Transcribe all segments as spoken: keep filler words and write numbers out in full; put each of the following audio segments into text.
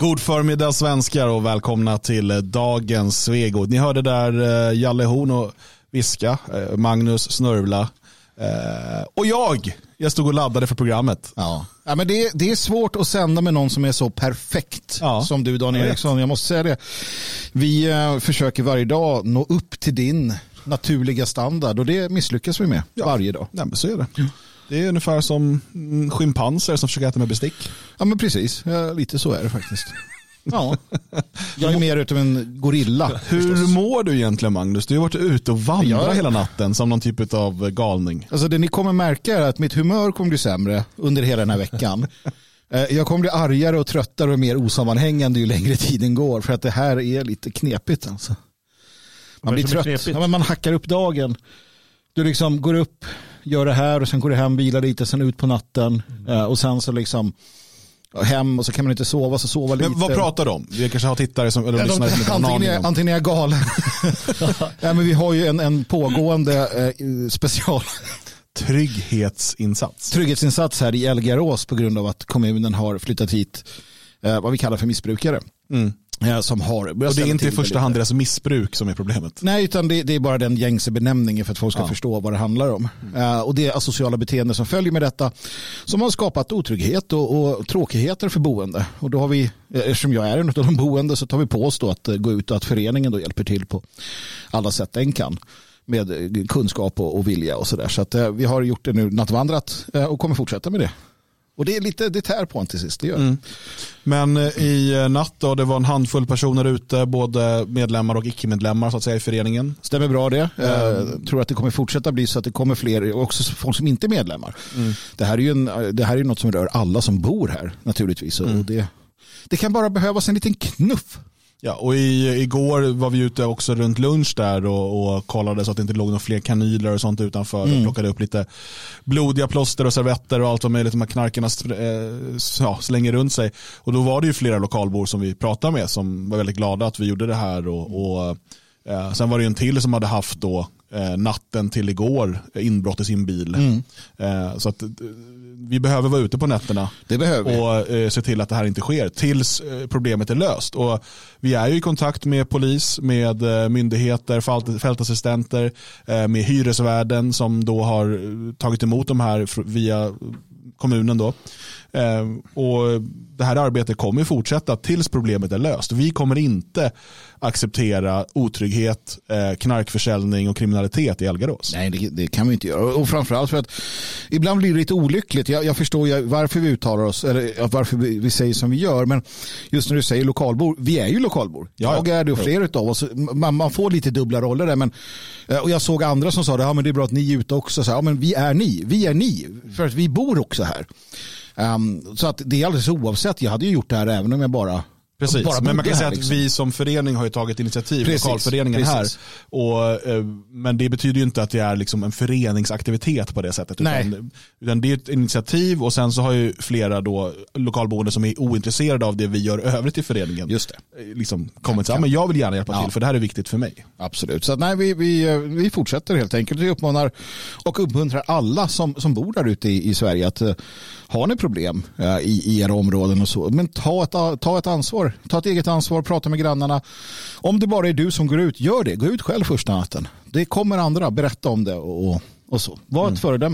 God förmiddag svenskar och välkomna till dagens Svegot. Ni hörde där uh, Jalle Horn och viska, uh, Magnus snörvla uh, och jag. Jag stod och laddade för programmet. Ja, ja men det, det är svårt att sända med någon som är så perfekt ja. som du, Dan Eriksson. Jag måste säga det. Vi uh, försöker varje dag nå upp till din naturliga standard och det misslyckas vi med ja. varje dag. Ja, men så är det. Ja. Det är ungefär som schimpanser som försöker äta med bestick. Ja, men precis. Ja, lite så är det faktiskt. Ja. Jag är mer utav en gorilla. Hur förstås. Mår du egentligen, Magnus? Du har varit ute och vandrat ja. hela natten som någon typ av galning. Alltså det ni kommer märka är att mitt humör kommer bli sämre under hela den här veckan. Jag kommer bli argare och tröttare och mer osammanhängande ju längre tiden går. För att det här är lite knepigt alltså. Man blir trött. Ja, men man hackar upp dagen. Du liksom går upp, gör det här och sen går du hem, vilar lite, sen ut på natten mm. och sen så liksom hem och så kan man inte sova, så sova lite. Men vad pratar de om? Vi kanske har tittare som eller ja, lyssnare som antingen, är, antingen är jag galen. Ja, men vi har ju en, en pågående eh, special trygghetsinsats. Trygghetsinsats här i Elgarås på grund av att kommunen har flyttat hit eh, vad vi kallar för missbrukare. Mm. Ja, som har och det är inte i första hand deras missbruk som är problemet. Nej, utan det, det är bara den gängse benämningen för att folk ska ja. förstå vad det handlar om. Mm. Uh, och det är asociala beteenden som följer med detta som har skapat otrygghet och, och tråkigheter för boende. Och då har vi, eftersom jag är en av de boende, så tar vi på oss då att uh, gå ut och att föreningen då hjälper till på alla sätt den kan med uh, kunskap och, och vilja och sådär. Så att uh, vi har gjort det nu, nattvandrat uh, och kommer fortsätta med det. Och det är lite det tär på en till sist, det gör. Mm. Men i natt då, det var en handfull personer ute, både medlemmar och icke-medlemmar så att säga i föreningen. Stämmer bra det. Jag mm. tror att det kommer fortsätta bli så att det kommer fler, också folk som inte är medlemmar. Mm. Det här är ju en, det här är något som rör alla som bor här naturligtvis. Mm. Och det, det kan bara behövas en liten knuff. Ja, och i, igår var vi ute också runt lunch där och, och kollade så att det inte låg några fler kanyler och sånt utanför. Mm. Och plockade upp lite blodiga plåster och servetter och allt vad möjligt de här knarkarna äh, ja, slänger runt sig. Och då var det ju flera lokalbor som vi pratade med som var väldigt glada att vi gjorde det här. Och, och äh, sen var det ju en till som hade haft då äh, natten till igår inbrott i sin bil. Mm. Äh, så att vi behöver vara ute på nätterna det behöver och eh, se till att det här inte sker tills eh, problemet är löst. Och vi är ju i kontakt med polis, med eh, myndigheter, fält, fältassistenter, eh, med hyresvärden som då har tagit emot de här via kommunen då. Eh, och det här arbetet kommer fortsätta tills problemet är löst. Vi kommer inte acceptera otrygghet, eh, knarkförsäljning och kriminalitet i Elgarås. Nej, det, det kan vi inte göra. Och framförallt för att ibland blir det lite olyckligt. Jag, jag förstår ju varför vi uttalar oss, eller varför vi, vi säger som vi gör, men just när du säger lokalbor, vi är ju lokalbor. Ja, jag är det och flera av oss. Man, man får lite dubbla roller där, men och jag såg andra som sa det, ja, men det är bra att ni är ute också. Så, ja, men vi är ni, vi är ni, för att vi bor också här. Um, så att det är alldeles oavsett. Jag hade ju gjort det här även om jag bara Precis, bara men man kan säga här, att liksom. vi som förening har ju tagit initiativ, precis, lokalföreningen precis. här. Och, eh, men det betyder ju inte att det är liksom en föreningsaktivitet på det sättet. Nej. Utan, utan det är ett initiativ och sen så har ju flera då lokalboende som är ointresserade av det vi gör övrigt i föreningen. Just det. Liksom kommit så här, men jag vill gärna hjälpa ja. till för det här är viktigt för mig. Absolut, så att, nej, vi, vi, vi fortsätter helt enkelt. Vi uppmanar och uppmuntrar alla som, som bor där ute i, i Sverige att uh, har ni problem uh, i, i era områden och så, men ta ett, ta ett ansvar. Ta ett eget ansvar, prata med grannarna. Om det bara är du som går ut, gör det. Gå ut själv första natten. Det kommer andra, berätta om det och, och så. Var ett mm. föredöme.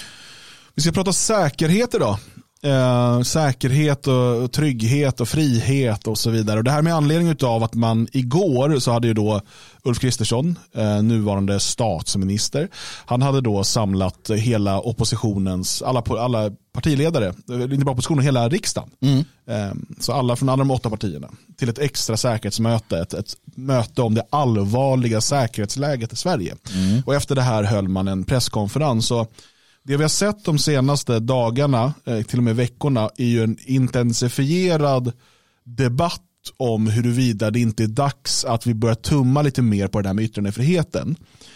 Vi ska prata säkerhet idag. Eh, säkerhet och, och trygghet och frihet och så vidare. Och det här med anledning av att man igår så hade ju då Ulf Kristersson, eh, nuvarande statsminister, han hade då samlat hela oppositionens, alla, alla partiledare, inte bara oppositionen, hela riksdagen. Mm. Eh, så alla från alla de åtta partierna till ett extra säkerhetsmöte, ett, ett möte om det allvarliga säkerhetsläget i Sverige. Mm. Och efter det här höll man en presskonferens och det vi har sett de senaste dagarna, till och med veckorna, är ju en intensifierad debatt om huruvida det inte är dags att vi börjar tumma lite mer på den här med yttrandefriheten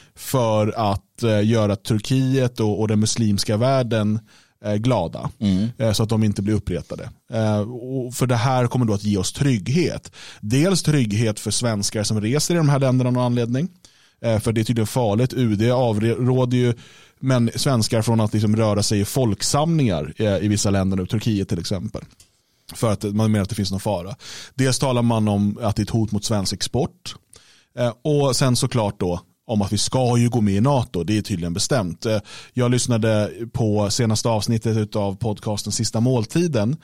för att göra Turkiet och, och den muslimska världen glada mm. så att de inte blir uppretade. Och för det här kommer då att ge oss trygghet. Dels trygghet för svenskar som reser i de här länderna av någon anledning. För det är tydligen farligt. U D avråder ju men svenskar från att liksom röra sig i folksamlingar i vissa länder, nu Turkiet till exempel. för att man menar att det finns någon fara. Dels talar man om att det är ett hot mot svensk export. Och sen såklart då om att vi ska ju gå med i NATO. Det är tydligen bestämt. Jag lyssnade på senaste avsnittet av podcasten Sista måltiden.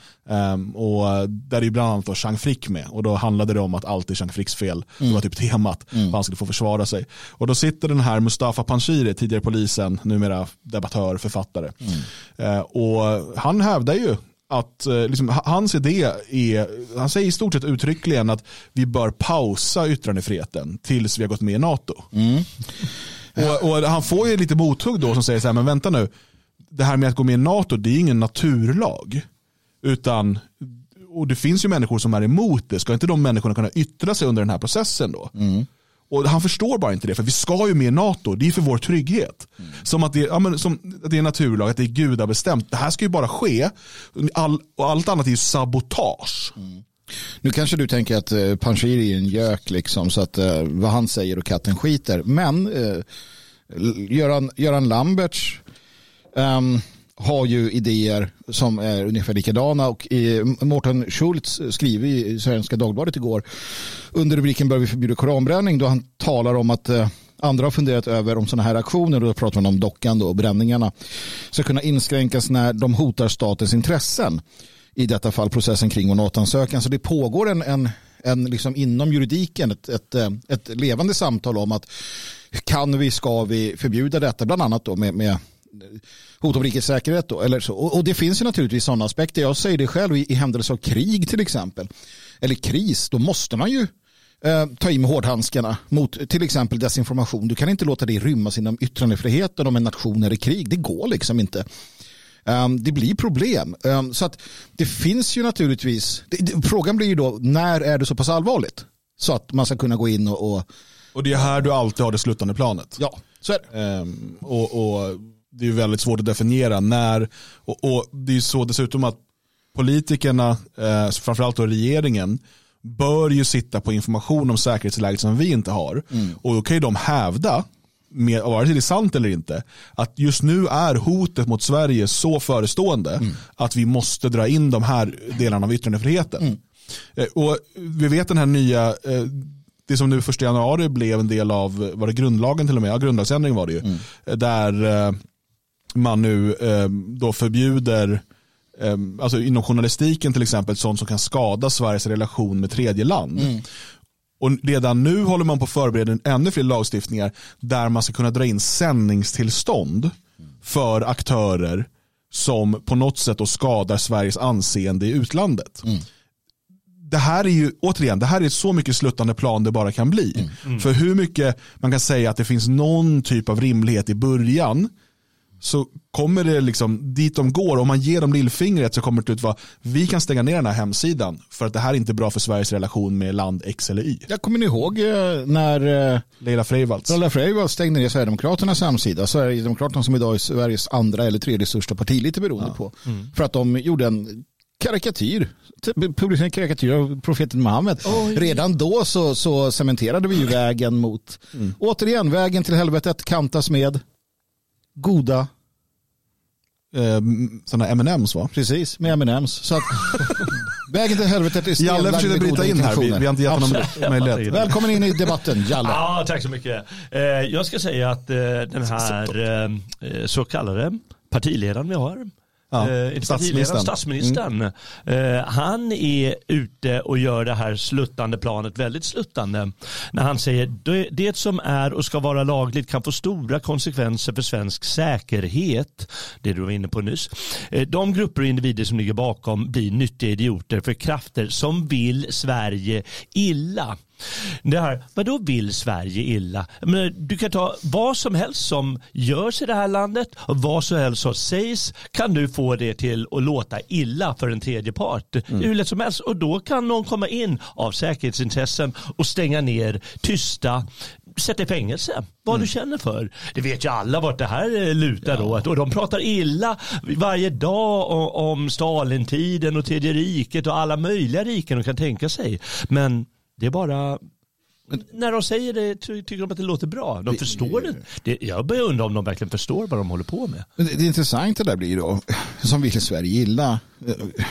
Och där är ju bland annat då Jean Frick med. Och då handlade det om att allt är Jean Fricks fel. Mm. Det var typ temat. Mm. Han skulle få försvara sig. Och då sitter den här Mustafa Panshiri, tidigare polisen, numera debattör, författare. Mm. Och han hävdar ju att liksom, hans idé är, han säger i stort sett uttryckligen att vi bör pausa yttrandefriheten tills vi har gått med i NATO. Mm. Och, och han får ju lite mothugg då som säger så här, men vänta nu, det här med att gå med i NATO, det är ingen naturlag. Utan, och det finns ju människor som är emot det. Ska inte de människorna kunna yttra sig under den här processen då? Mm. Och han förstår bara inte det, för vi ska ju med i NATO, det är för vår trygghet. Mm. Som, att det, ja, men, som att det är naturlag, att det är gudabestämt. Det här ska ju bara ske, All, och allt annat är ju sabotage. Mm. Nu kanske du tänker att uh, Panshiri är en gök liksom, så att uh, vad han säger och katten skiter. Men uh, Göran, Göran Lamberts um, har ju idéer som är ungefär likadana, och Mårten Schultz skriver i Svenska Dagbladet igår under rubriken Bör vi förbjuda koranbränning, då han talar om att eh, andra har funderat över om sådana här aktioner, och då pratar man om dockan då, och bränningarna ska kunna inskränkas när de hotar statens intressen, i detta fall processen kring vår NATO-ansökan. Så det pågår en, en, en liksom inom juridiken ett, ett, ett levande samtal om att kan vi, ska vi förbjuda detta, bland annat då med, med hot om rikets säkerhet då, eller så. Och, och det finns ju naturligtvis sådana aspekter. Jag säger det själv, i, i händelse av krig till exempel, eller kris, då måste man ju eh, ta i med hårdhandskarna mot till exempel desinformation. Du kan inte låta det rymmas inom yttrandefriheten om en nation är i krig. Det går liksom inte. Um, det blir problem. Um, så att det finns ju naturligtvis, det, det, frågan blir ju då, när är det så pass allvarligt så att man ska kunna gå in och... Och, och det är här du alltid har det slutande planet. Ja, så är det. Um, och... och det är väldigt svårt att definiera när, och, och det är så dessutom att politikerna, eh, framförallt då regeringen, bör ju sitta på information om säkerhetsläget som vi inte har. Mm. Och då kan ju de hävda, med, vare sig det är sant eller inte, att just nu är hotet mot Sverige så förestående mm. att vi måste dra in de här delarna av yttrandefriheten. Mm. Eh, och vi vet den här nya... Eh, det som nu första januari blev en del av, var det grundlagen till och med, ja, grundlagsändring var det ju, mm. där eh, man nu eh, då förbjuder, eh, alltså inom journalistiken till exempel, sånt som kan skada Sveriges relation med tredje land. Mm. Och redan nu håller man på att förbereda ännu fler lagstiftningar där man ska kunna dra in sändningstillstånd för aktörer som på något sätt då skadar Sveriges anseende i utlandet. Mm. Det här är ju, återigen, det här är så mycket sluttande plan det bara kan bli. Mm. Mm. För hur mycket man kan säga att det finns någon typ av rimlighet i början, så kommer det liksom dit de går. Om man ger dem lillfingret så kommer det ut vara, vi kan stänga ner den här hemsidan för att det här är inte bra för Sveriges relation med land X eller Y. Jag kommer ni ihåg när Leila Freivalds Leila Freivalds stängde ner Sverigedemokraternas hemsida. Sverigedemokraterna som idag är Sveriges andra eller tredje största parti, lite beroende ja. på. Mm. För att de gjorde en karikatyr, publicerade en karikatyr av profeten Muhammed. Oj. Redan då så, så cementerade vi ju vägen mot, mm. återigen, vägen till helvetet kantas med goda eh, sådana M and M's, va? Precis, med M and M's. Så att vägen till helvetet är stenlagd. Jalle försökte bryta in här. Vi, vi har inte gett honom möjlighet. Välkommen in i debatten, Jalle. Ja, tack så mycket. Eh, jag ska säga att eh, den här eh, så kallade partiledaren vi har, Ja, eh, statsministern, statsministern mm. eh, han är ute och gör det här sluttande planet väldigt sluttande när han säger det, det som är och ska vara lagligt kan få stora konsekvenser för svensk säkerhet, det du var inne på nyss. Eh, de grupper och individer som ligger bakom blir nyttiga idioter för krafter som vill Sverige illa. Det här, vad då vill Sverige illa? Men du kan ta vad som helst som görs i det här landet och vad som helst som sägs kan du få det till att låta illa för en tredje part. Mm. Hur lätt som helst. Och då kan någon komma in av säkerhetsintressen och stänga ner, tysta, sätta i fängelse. Vad mm. du känner för. Det vet ju alla vart det här lutar ja. då. Och de pratar illa varje dag om, om Stalintiden och tredje riket och alla möjliga riken de kan tänka sig. Men det är bara, när de säger det tycker de att det låter bra. De förstår det. det. Jag börjar undra om de verkligen förstår vad de håller på med. Det, det är intressant det där blir då. Som vill Sverige illa.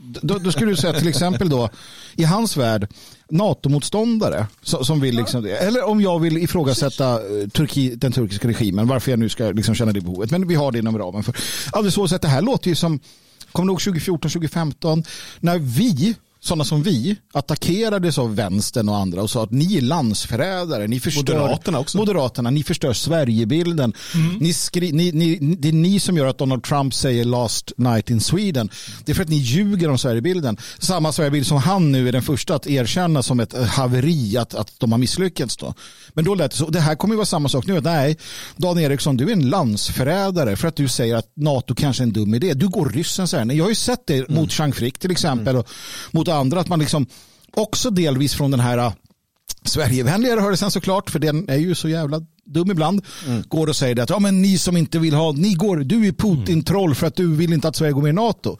då, då skulle du säga till exempel då, i hans värld, NATO-motståndare som vill liksom det. Eller om jag vill ifrågasätta Turki, den turkiska regimen, varför jag nu ska liksom känna det behovet. Men vi har det inom ramen för. Alldeles så att det här låter ju som, kommer nog tjugo fjorton tjugo femton, när vi, sådana som vi, attackerades av vänstern och andra och sa att ni är landsförrädare, ni förstör Moderaterna också. Moderaterna, ni förstör Sverigebilden. Mm. Ni skri, ni, ni, det är ni som gör att Donald Trump säger last night in Sweden. Det är för att ni ljuger om Sverigebilden. Samma Sverigebild som han nu är den första att erkänna som ett haveri, att, att de har misslyckats då. Men då lät det så. Det här kommer ju vara samma sak nu. Nej, Dan Eriksson, du är en landsförrädare för att du säger att NATO kanske är en dum idé. Du går ryssen så här. Jag har ju sett det mm. mot Chang Frick till exempel mm. och mot andra, att man liksom också delvis från den här Sverigevänliga rörelsen såklart, för den är ju så jävla dum ibland, mm. går och säger att ja, men ni som inte vill ha, ni går, du är Putin-troll för att du vill inte att Sverige går med i NATO.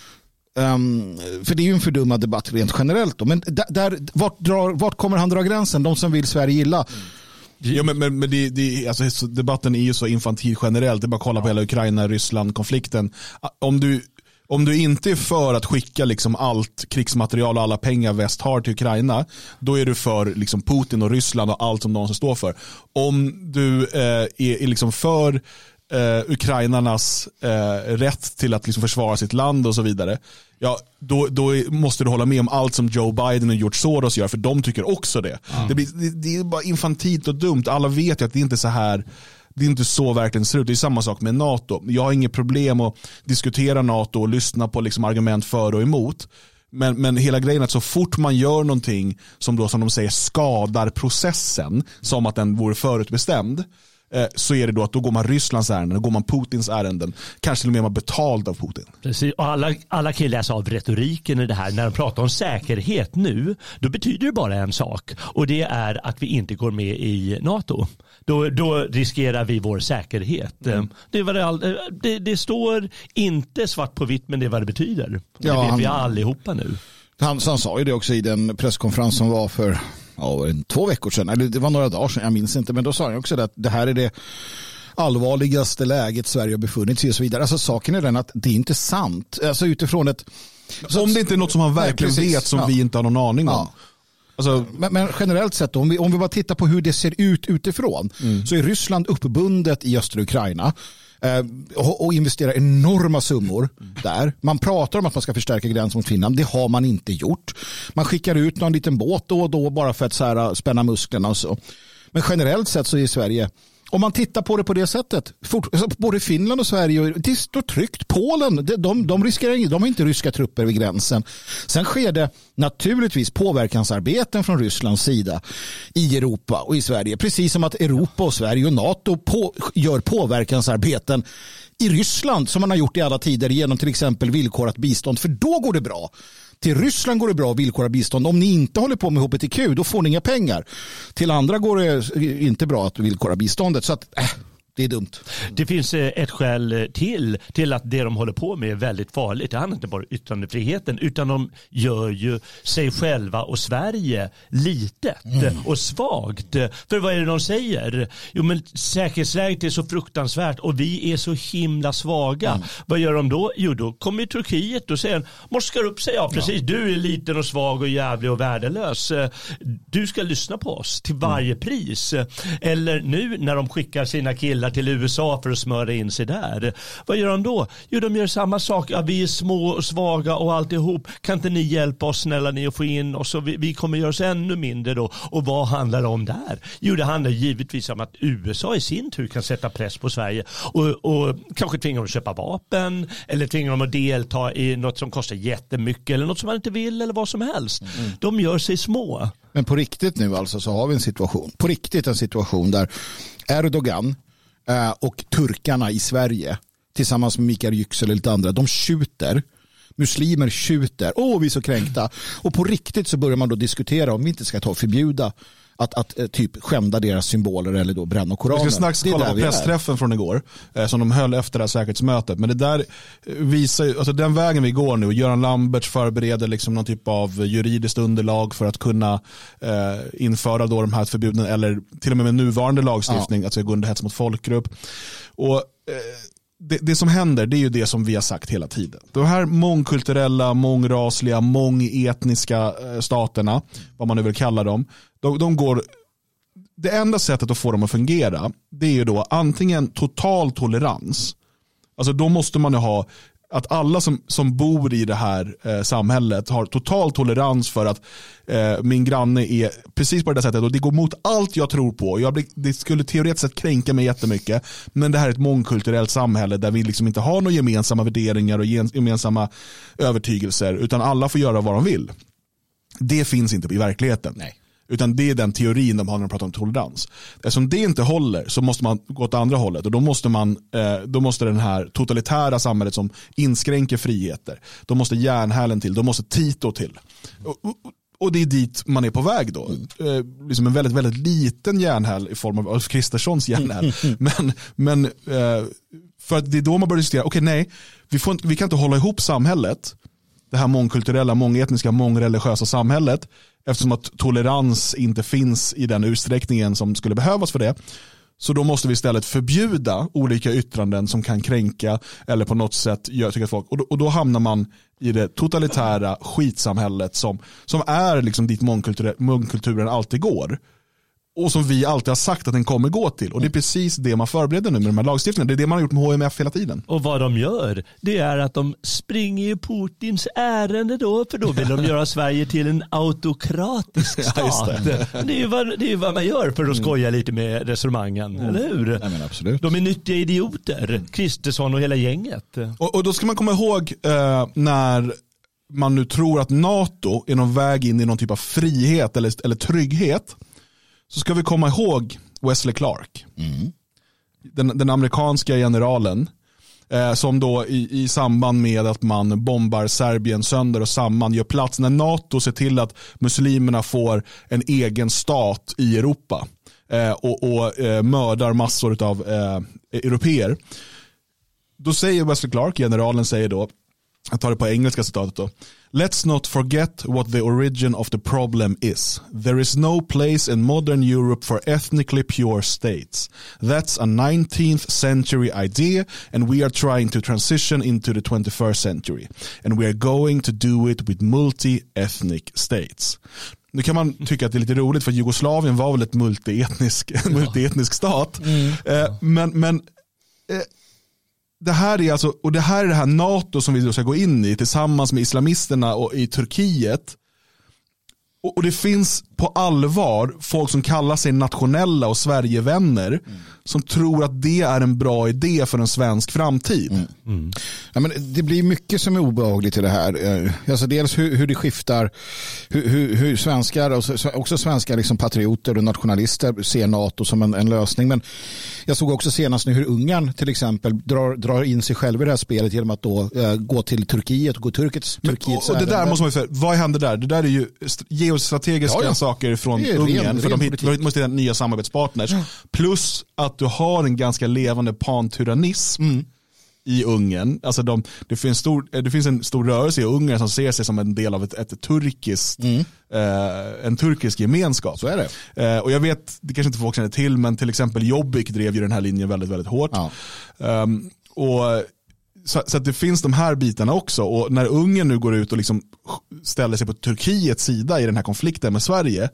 Um, för det är ju en fördummad debatt rent generellt då. Men där, där, vart, drar, vart kommer han dra gränsen? De som vill Sverige illa. Mm. Ja, men, men, men det, det, alltså, debatten är ju så infantil generellt. Det är bara att kolla på hela Ukraina-Ryssland-konflikten. Om du Om du inte är för att skicka liksom allt krigsmaterial och alla pengar väst har till Ukraina, då är du för liksom Putin och Ryssland och allt som de ska stå för. Om du eh, är, är liksom för eh, ukrainarnas eh, rätt till att liksom försvara sitt land och så vidare, ja, då, då måste du hålla med om allt som Joe Biden och George Soros gör, för de tycker också det. Mm. Det, blir, det, det är bara infantilt och dumt. Alla vet ju att det inte är så här. Det är inte så verkligen ser ut. Det är samma sak med NATO. Jag har inget problem att diskutera NATO och lyssna på liksom argument för och emot. Men, men hela grejen är att så fort man gör någonting som då, som de säger, skadar processen, som att den vore förutbestämd, eh, så är det då att då går man Rysslands ärenden, då går man Putins ärenden. Kanske till och med man betald av Putin. Precis, och alla, alla kan läsa av retoriken i det här. När de pratar om säkerhet nu, då betyder det bara en sak. Och det är att vi inte går med i NATO. Då, då riskerar vi vår säkerhet. Mm. Det, var det, all, det, det står inte svart på vitt, men det är vad det betyder. Ja, det vet han, vi allihopa nu. Han, han sa ju det också i den presskonferens som var för ja, två veckor sedan. Eller det var några dagar sedan, jag minns inte. Men då sa han också det att det här är det allvarligaste läget Sverige har befunnit sig i och så vidare. Alltså saken är den att det är inte sant. Alltså utifrån ett... Så, om det inte är något som man verkligen nej, vet som ja. vi inte har någon aning om. Ja. Alltså, men, men generellt sett, om vi, om vi bara tittar på hur det ser ut utifrån, mm. så är Ryssland uppbundet i östra Ukraina eh, och, och investerar enorma summor mm. där. Man pratar om att man ska förstärka gränsen mot Finland. Det har man inte gjort. Man skickar ut någon liten båt då och då bara för att så här, spänna musklerna och så. Men generellt sett så är Sverige, om man tittar på det på det sättet, fort, både Finland och Sverige, det står tryggt. Polen, de, de, de riskerar inget, de har inte ryska trupper vid gränsen. Sen sker det naturligtvis påverkansarbeten från Rysslands sida i Europa och i Sverige. Precis som att Europa och Sverige och NATO på, gör påverkansarbeten i Ryssland som man har gjort i alla tider genom till exempel villkorat bistånd, för då går det bra. Till Ryssland går det bra att villkora bistånd. Om ni inte håller på med H B T Q, då får ni inga pengar. Till andra går det inte bra att villkora biståndet. Så att, äh, det är dumt. Det finns ett skäl till till att det de håller på med är väldigt farligt. Det handlar inte bara om yttrandefriheten, utan de gör ju sig själva och Sverige litet mm. och svagt. För vad är det de säger? Jo, men säkerhetsläget är så fruktansvärt och vi är så himla svaga. Mm. Vad gör de då? Jo, då kommer Turkiet och säger, morskar upp sig, ja precis, ja. Du är liten och svag och jävlig och värdelös. Du ska lyssna på oss till varje mm. pris. Eller nu när de skickar sina killar till U S A för att smöra in sig där. Vad gör de då? Jo, de gör samma sak. Ja, vi är små och svaga och alltihop. Kan inte ni hjälpa oss, snälla ni, att få in oss? Och vi, vi kommer göra oss ännu mindre då. Och vad handlar det om där? Jo, det handlar givetvis om att U S A i sin tur kan sätta press på Sverige och, och kanske tvinga dem att köpa vapen eller tvinga dem att delta i något som kostar jättemycket eller något som man inte vill eller vad som helst. Mm. De gör sig små. Men på riktigt nu alltså så har vi en situation, på riktigt en situation där Erdogan och turkarna i Sverige tillsammans med Mikael Yüksel och lite andra, de skjuter, muslimer skjuter, åh vi är så kränkta, och på riktigt så börjar man då diskutera om vi inte ska ta och förbjuda att, att typ skända deras symboler eller då bränna Koranen. Vi ska snacka kolla på pressträffen från igår eh, som de höll efter det här säkerhetsmötet, men det där visar ju, alltså den vägen vi går nu, Göran Lamberts förbereder liksom någon typ av juridiskt underlag för att kunna eh, införa då de här förbuden, eller till och med med nuvarande lagstiftning, ja. Att gå under hets mot folkgrupp. Och eh, det, det som händer, det är ju det som vi har sagt hela tiden. De här mångkulturella, mångrasliga, mångetniska staterna, vad man nu vill kalla dem, de, de går... Det enda sättet att få dem att fungera, det är ju då antingen total tolerans. Alltså då måste man ju ha att alla som, som bor i det här eh, samhället har total tolerans för att eh, min granne är precis på det sättet och det går mot allt jag tror på. Jag blir, det skulle teoretiskt sett kränka mig jättemycket, men det här är ett mångkulturellt samhälle där vi liksom inte har några gemensamma värderingar och gemensamma övertygelser, utan alla får göra vad de vill. Det finns inte i verkligheten. Nej. Utan det är den teorin de har när de pratar om tolerans. Eftersom det inte håller så måste man gå åt andra hållet. Och då måste, man, eh, då måste den här totalitära samhället som inskränker friheter, då måste järnhälen till, då måste Tito till. Och, och, och det är dit man är på väg då. Eh, liksom en väldigt, väldigt liten järnhäl i form av Ulf Kristerssons järnhäl. Men, men eh, för att det är då man börjar diskutera, okej okay, nej, vi, får inte, vi kan inte hålla ihop samhället, det här mångkulturella, mångetniska, mångreligiösa samhället, eftersom att tolerans inte finns i den utsträckningen som skulle behövas för det. Så då måste vi istället förbjuda olika yttranden som kan kränka eller på något sätt göra tycka folk. Och då, och då hamnar man i det totalitära skitsamhället som, som är liksom dit mångkulturen, mångkulturen alltid går. Och som vi alltid har sagt att den kommer gå till. Och det är precis det man förbereder nu med de här lagstiftningarna. Det är det man har gjort med H M F hela tiden. Och vad de gör, det är att de springer i Putins ärende då. För då vill de göra Sverige till en autokratisk stat. Ja, det. det är ju vad, det är vad man gör för att skoja lite med resonemangen. Mm. Eller hur? Nej, men absolut. De är nyttiga idioter. Kristersson och hela gänget. Och, och då ska man komma ihåg eh, när man nu tror att NATO är någon väg in i någon typ av frihet eller, eller trygghet. Så ska vi komma ihåg Wesley Clark. Mm. Den, den amerikanska generalen eh, som då i, i samband med att man bombar Serbien sönder och samman gör plats när NATO ser till att muslimerna får en egen stat i Europa eh, och, och eh, mördar massor av eh, europeer. Då säger Wesley Clark, generalen säger då, jag tar det på engelska citatet då. Let's not forget what the origin of the problem is. There is no place in modern Europe for ethnically pure states. That's a nineteenth century idea and we are trying to transition into the twenty-first century. And we are going to do it with multi-ethnic states. Nu kan man tycka att det är lite roligt för Jugoslavien var väl ett multietnisk, ja. multietnisk stat. Mm. Eh, men men eh, det här är alltså, och det här är det här NATO som vi då ska gå in i tillsammans med islamisterna och i Turkiet. Och, och det finns på allvar folk som kallar sig nationella och Sverigevänner mm. som tror att det är en bra idé för en svensk framtid. Mm. Mm. Ja, men det blir mycket som är obehagligt i det här. Alltså dels hur, hur det skiftar, hur, hur, hur svenskar, och också svenska liksom patrioter och nationalister ser NATO som en, en lösning. Men jag såg också senast nu hur Ungern till exempel drar, drar in sig själv i det här spelet genom att då äh, gå till Turkiet och gå Turkiets, Turkiets men, och, och det där måste man ju säga, vad händer där? Det där är ju geostrategiska ja, ja. saker från Ungern, ren, för ren de, hit, de måste hitta nya samarbetspartners. Ja. Plus att du har en ganska levande pantyrannism mm. i Ungern. Alltså de, det, finns stor, det finns en stor rörelse i Ungern som ser sig som en del av ett, ett turkiskt, mm. eh, en turkisk gemenskap. Så är det. Eh, och jag vet, det kanske inte folk känner till, men till exempel Jobbik drev ju den här linjen väldigt, väldigt hårt. Ja. Um, och Så, så att det finns de här bitarna också. Och när Ungern nu går ut och liksom ställer sig på Turkiets sida i den här konflikten med Sverige,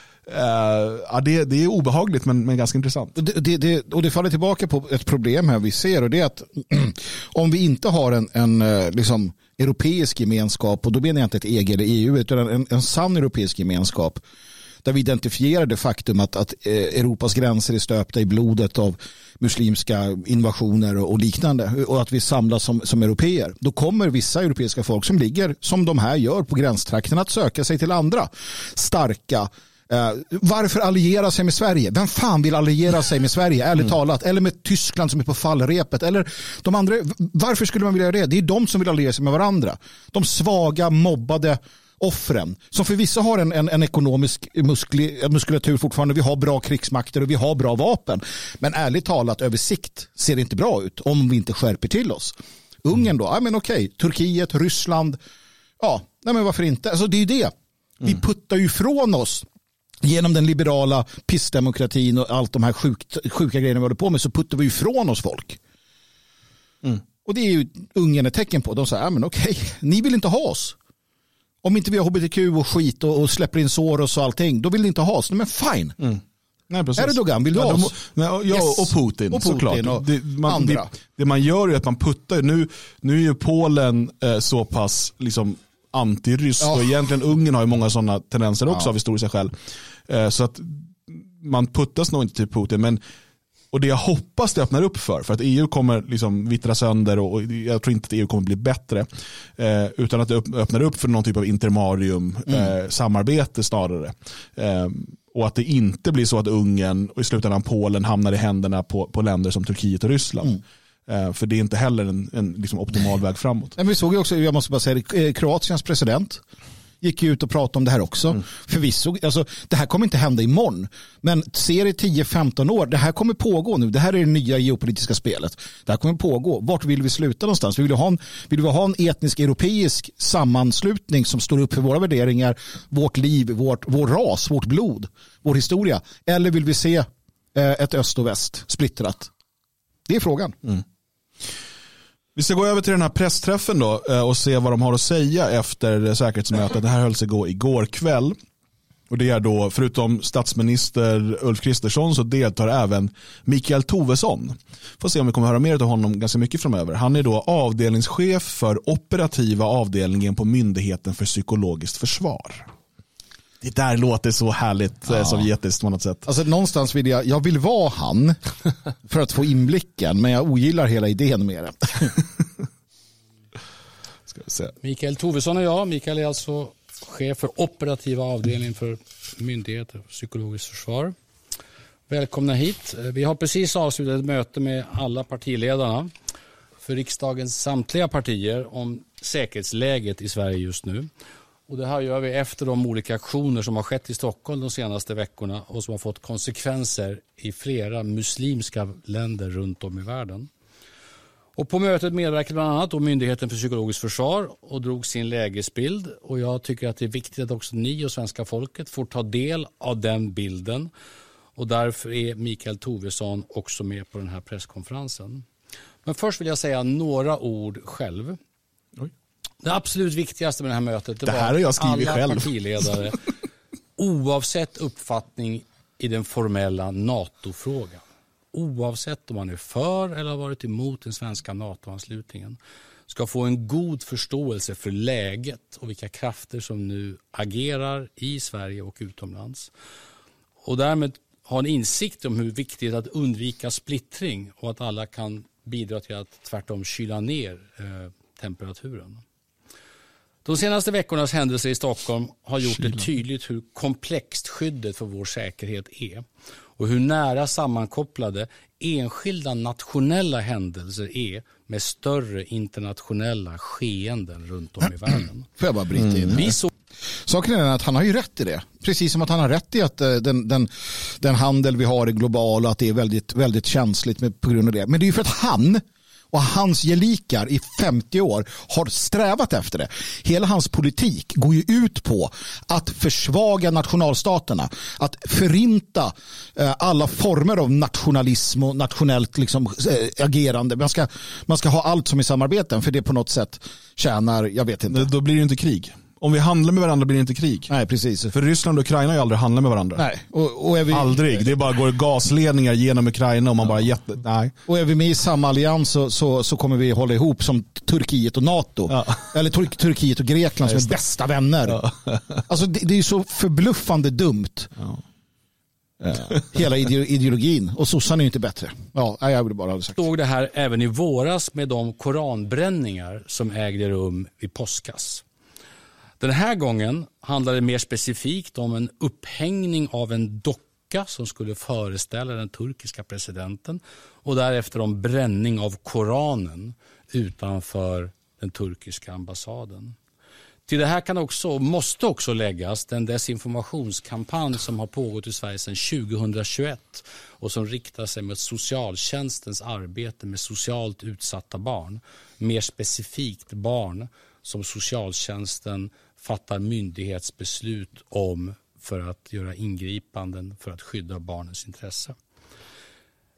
uh, ja, det, det är obehagligt men, men ganska intressant. Det, det, det, och det faller tillbaka på ett problem här vi ser, och det är att om vi inte har en, en liksom, europeisk gemenskap, och då menar jag inte ett E G eller E U utan en, en sann europeisk gemenskap där vi identifierar det faktum att, att Europas gränser är stöpta i blodet av muslimska invasioner och liknande, och att vi samlas som, som europeer, då kommer vissa europeiska folk som ligger som de här gör på gränstrakten att söka sig till andra starka. Uh, varför alliera sig med Sverige? Vem fan vill alliera sig med Sverige, ärligt mm. talat? Eller med Tyskland som är på fallrepet? Eller de andra, varför skulle man vilja göra det? Det är de som vill alliera sig med varandra. De svaga, mobbade offren, som för vissa har en, en, en ekonomisk muskli, muskulatur fortfarande. Vi har bra krigsmakter och vi har bra vapen. Men ärligt talat, över sikt ser det inte bra ut om vi inte skärper till oss. Ungern då? Ja, men okej. Turkiet, Ryssland. Ja, nej men varför inte? Alltså det är ju det. Vi puttar ju ifrån oss genom den liberala pissdemokratin och allt de här sjukt, sjuka grejerna vi håller på med, så puttar vi ifrån oss folk. Mm. Och det är ju Ungern ett tecken på. De säger, ja men okej, ni vill inte ha oss. Om inte vi har H B T Q och skit och, och släpper in Soros och allting, då vill ni inte ha oss. Men fine. Mm. Nej, precis. Erdogan, vill du ha oss? Ja, ja yes. och Putin, och Putin såklart. Och det, man, det, det man gör är att man puttar, nu, nu är ju Polen eh, så pass liksom antirysk ja. och egentligen Ungern har ju många sådana tendenser också ja. av historiska skäl. Eh, så att man puttas nog inte till Putin, men och det jag hoppas det öppnar upp för, för att E U kommer liksom vittra sönder och, och jag tror inte att E U kommer bli bättre, eh, utan att det öppnar upp för någon typ av intermarium mm. eh, samarbete snarare. Eh, och att det inte blir så att Ungern och i slutändan Polen hamnar i händerna på, på länder som Turkiet och Ryssland. Mm. Eh, för det är inte heller en, en liksom optimal väg framåt. Men vi såg ju också, jag måste bara säga det, Kroatiens president gick ut och pratade om det här också. Mm. Förvisso, alltså, det här kommer inte hända imorgon. Men ser i tio femton år, det här kommer pågå nu. Det här är det nya geopolitiska spelet. Det här kommer pågå. Vart vill vi sluta någonstans? Vill vi ha en, vill vi ha en etnisk europeisk sammanslutning som står upp för våra värderingar, vårt liv, vårt, vår ras, vårt blod, vår historia? Eller vill vi se eh, ett öst och väst splittrat? Det är frågan. Mm. Vi ska gå över till den här pressträffen då och se vad de har att säga efter säkerhetsmötet. Det här hölls igår, igår kväll. Och det är då, förutom statsminister Ulf Kristersson, så deltar även Mikael Tovesson. Får se om vi kommer höra mer av honom ganska mycket framöver. Han är då avdelningschef för operativa avdelningen på Myndigheten för psykologiskt försvar. Det där låter så härligt ja. sovjetiskt på något sätt. Alltså någonstans vill jag, jag vill vara han för att få inblicken, men jag ogillar hela idén med det. Ska vi se. Mikael Tovesson och jag. Mikael är alltså chef för operativa avdelningen för Myndigheten för psykologiskt försvar. Välkomna hit. Vi har precis avslutat ett möte med alla partiledarna för riksdagens samtliga partier om säkerhetsläget i Sverige just nu. Och det här gör vi efter de olika aktioner som har skett i Stockholm de senaste veckorna och som har fått konsekvenser i flera muslimska länder runt om i världen. Och på mötet medverkade bland annat då Myndigheten för psykologiskt försvar och drog sin lägesbild. Och jag tycker att det är viktigt att också ni och svenska folket får ta del av den bilden. Och därför är Mikael Tovesson också med på den här presskonferensen. Men först vill jag säga några ord själv. Oj. Det absolut viktigaste med det här mötet det, det här var jag alla själv. partiledare oavsett uppfattning i den formella NATO-frågan. Oavsett om man är för eller har varit emot den svenska NATO-anslutningen ska få en god förståelse för läget och vilka krafter som nu agerar i Sverige och utomlands. Och därmed ha en insikt om hur viktigt det är att undvika splittring och att alla kan bidra till att tvärtom kyla ner eh, temperaturen. De senaste veckornas händelser i Stockholm har gjort det tydligt hur komplext skyddet för vår säkerhet är och hur nära sammankopplade enskilda nationella händelser är med större internationella skeenden runt om i världen. Får jag bara bryta in? Mm. Så... Saken är att han har ju rätt i det. Precis som att han har rätt i att den, den, den handel vi har är global och att det är väldigt, väldigt känsligt med, på grund av det. Men det är ju för att han och hans gelikar i femtio år har strävat efter det. Hela hans politik går ju ut på att försvaga nationalstaterna, att förinta eh, alla former av nationalism och nationellt liksom, äh, agerande. Man ska, man ska ha allt som i samarbeten, för det på något sätt tjänar, jag vet inte. Då blir det inte krig. Om vi handlar med varandra blir det inte krig. Nej, precis. För Ryssland och Ukraina har ju aldrig handlat med varandra. Nej. Och, och är vi... Aldrig. Det bara går gasledningar genom Ukraina och man ja. bara jätte... Nej. Och är vi med i samma allians så, så, så kommer vi hålla ihop som Turkiet och NATO. Ja. Eller Tur- Turkiet och Grekland ja, som är bästa vänner. Ja. Alltså det, det är ju så förbluffande dumt. Ja. Ja. Hela ideologin. Och sossarna är ju inte bättre. Ja, jag vill bara ha sagt. Stod det här även i våras med de koranbränningar som ägde rum vid påskas. Den här gången handlar det mer specifikt om en upphängning av en docka som skulle föreställa den turkiska presidenten och därefter om bränning av Koranen utanför den turkiska ambassaden. Till det här kan också, måste också läggas den desinformationskampanj som har pågått i Sverige sedan tjugohundratjugoett och som riktar sig mot socialtjänstens arbete med socialt utsatta barn. Mer specifikt barn som socialtjänsten fattar myndighetsbeslut om för att göra ingripanden för att skydda barnens intresse.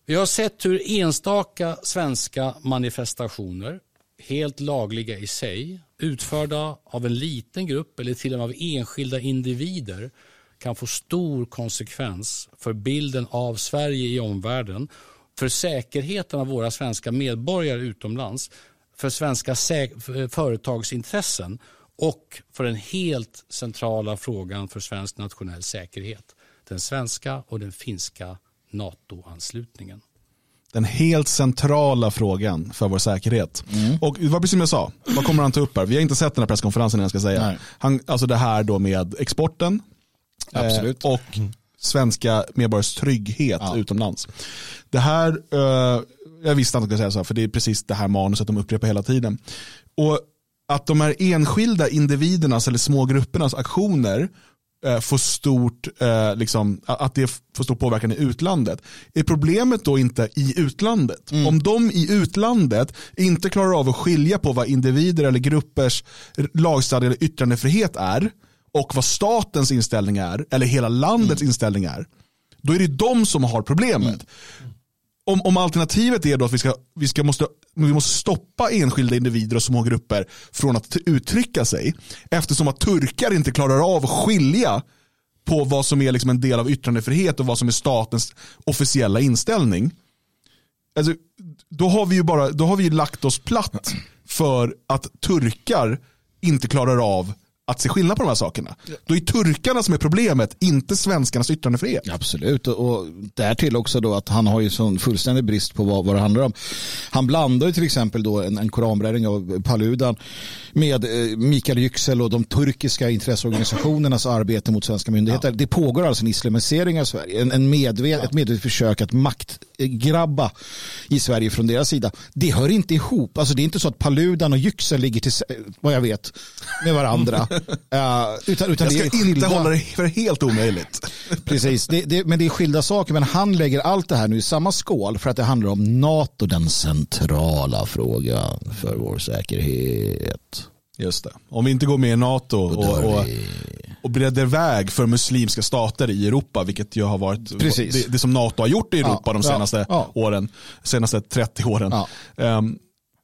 Vi har sett hur enstaka svenska manifestationer, helt lagliga i sig, utförda av en liten grupp eller till och med av enskilda individer, kan få stor konsekvens för bilden av Sverige i omvärlden, för säkerheten av våra svenska medborgare utomlands, för svenska sä- företagsintressen och för den helt centrala frågan för svensk nationell säkerhet, den svenska och den finska NATO-anslutningen. Den helt centrala frågan för vår säkerhet. Mm. Och vad precis som jag sa, vad kommer han ta upp här? Vi har inte sett den här presskonferensen, jag ska säga. Han, alltså det här då med exporten. Absolut. Eh, och svenska medborgares trygghet ja. utomlands. Det här, eh, jag visste inte att jag skulle säga så, för det är precis det här manuset de upprepar hela tiden. Och att de här enskilda individernas eller små gruppernas aktioner eh, får stort, eh, liksom, att det får stor påverkan i utlandet. Är problemet då inte i utlandet? Mm. Om de i utlandet inte klarar av att skilja på vad individer eller gruppers lagstadgade yttrandefrihet är och vad statens inställning är, eller hela landets mm. inställning är, då är det de som har problemet. Mm. Om, om alternativet är då att vi, ska, vi, ska måste, vi måste stoppa enskilda individer och små grupper från att uttrycka sig, eftersom att turkar inte klarar av att skilja på vad som är liksom en del av yttrandefrihet och vad som är statens officiella inställning. Alltså, då har vi ju bara, då har vi lagt oss platt för att turkar inte klarar av att se skillnad på de här sakerna. Då är turkarna som är problemet, inte svenskarnas yttrandefrihet. Absolut, och därtill också då att han har ju sån fullständig brist på vad, vad det handlar om. Han blandar ju till exempel då en, en koranbränning av Paludan med eh, Mikael Yüksel och de turkiska intresseorganisationernas arbete mot svenska myndigheter. Ja. Det pågår alltså en islamisering av Sverige, en, en medvet, ja. ett medvetet försök att maktgrabba i Sverige från deras sida. Det hör inte ihop. Alltså det är inte så att Paludan och Yüksel ligger till, vad jag vet, med varandra. Uh, utan, utan jag ska det är inte skilda... hålla det för helt omöjligt. Precis, det, det, men det är skilda saker. Men han lägger allt det här nu i samma skål för att det handlar om NATO, den centrala frågan för vår säkerhet. Just det. Om vi inte går med i NATO och, och, och breder väg för muslimska stater i Europa, vilket ju har varit det, det som NATO har gjort i Europa ja, de senaste ja, ja. åren, senaste trettio åren. Ja. Um,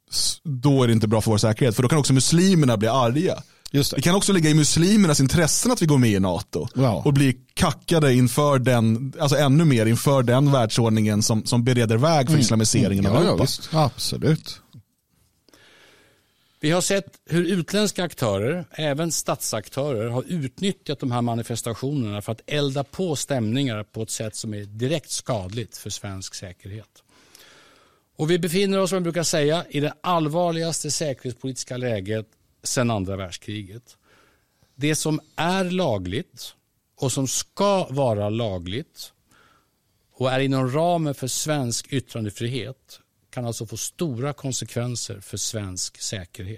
då är det inte bra för vår säkerhet. För då kan också muslimerna bli arga. Just det. det kan också ligga i muslimernas intressen att vi går med i NATO wow. och blir kackade inför den, alltså ännu mer inför den världsordningen som, som bereder väg för mm. islamiseringen mm. ja, av Europa. Ja, absolut. Vi har sett hur utländska aktörer, även statsaktörer, har utnyttjat de här manifestationerna för att elda på stämningar på ett sätt som är direkt skadligt för svensk säkerhet. Och vi befinner oss, som jag brukar säga, i det allvarligaste säkerhetspolitiska läget sedan andra världskriget. Det som är lagligt och som ska vara lagligt och är inom ramen för svensk yttrandefrihet kan alltså få stora konsekvenser för svensk säkerhet.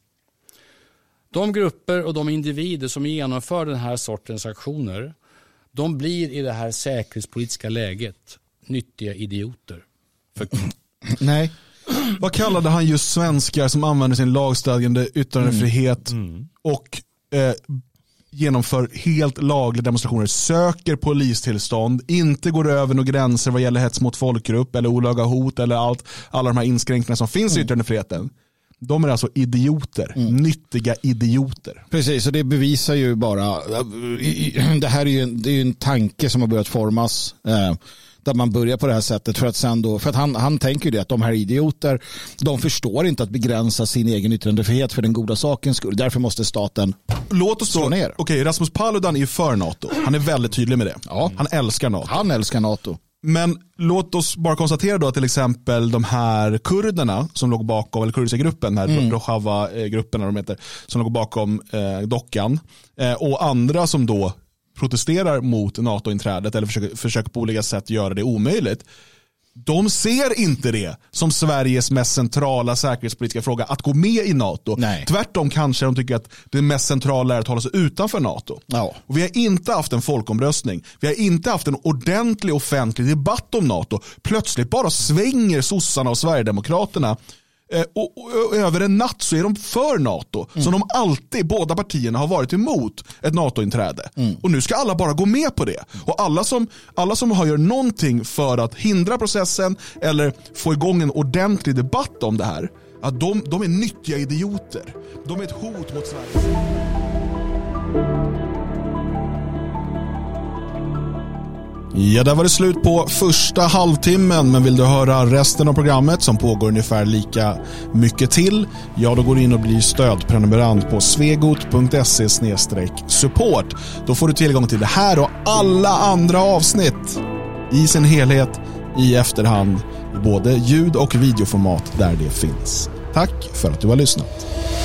De grupper och de individer som genomför den här sortens aktioner, de blir i det här säkerhetspolitiska läget nyttiga idioter. För... Nej. Vad kallade han just svenskar som använder sin lagstadgande yttrandefrihet mm. Mm. och eh, genomför helt lagliga demonstrationer, söker polistillstånd, inte går över några gränser vad gäller hets mot folkgrupp eller olaga hot eller allt, alla de här inskränkningar som finns mm. i yttrandefriheten. De är alltså idioter, mm. nyttiga idioter. Precis, och det bevisar ju bara, det här är ju en, det är ju en tanke som har börjat formas eh, där man börjar på det här sättet för att sen då, för att han, han tänker ju det att de här idioter, de förstår inte att begränsa sin egen yttrandefrihet för den goda sakens skull. Därför måste staten Låt oss slå ner. Okej, Rasmus Paludan är ju för NATO. Han är väldigt tydlig med det. Ja. Han älskar NATO. Han älskar NATO. Men låt oss bara konstatera då att till exempel de här kurderna som låg bakom, eller kurdiska gruppen, den här mm. Rojava-gruppen de heter, som låg bakom eh, dockan eh, och andra som då protesterar mot NATO-inträdet eller försöker, försöker på olika sätt göra det omöjligt. De ser inte det som Sveriges mest centrala säkerhetspolitiska fråga att gå med i NATO. Nej. Tvärtom kanske de tycker att det mest centrala är att hålla sig utanför NATO. Ja. Och vi har inte haft en folkomröstning. Vi har inte haft en ordentlig offentlig debatt om NATO. Plötsligt bara svänger sossarna och Sverigedemokraterna Eh, och, och, och över en natt så är de för NATO. Mm. Som de alltid, båda partierna har varit emot ett NATO-inträde. Mm. Och nu ska alla bara gå med på det. Och alla som, alla som har gjort någonting för att hindra processen eller få igång en ordentlig debatt om det här, att de, de är nyttiga idioter. De är ett hot mot Sverige. Ja, där var det slut på första halvtimmen, men vill du höra resten av programmet som pågår ungefär lika mycket till, ja då går du in och blir stödprenumerant på svegot punkt se slash support. Då får du tillgång till det här och alla andra avsnitt i sin helhet i efterhand i både ljud- och videoformat där det finns. Tack för att du har lyssnat.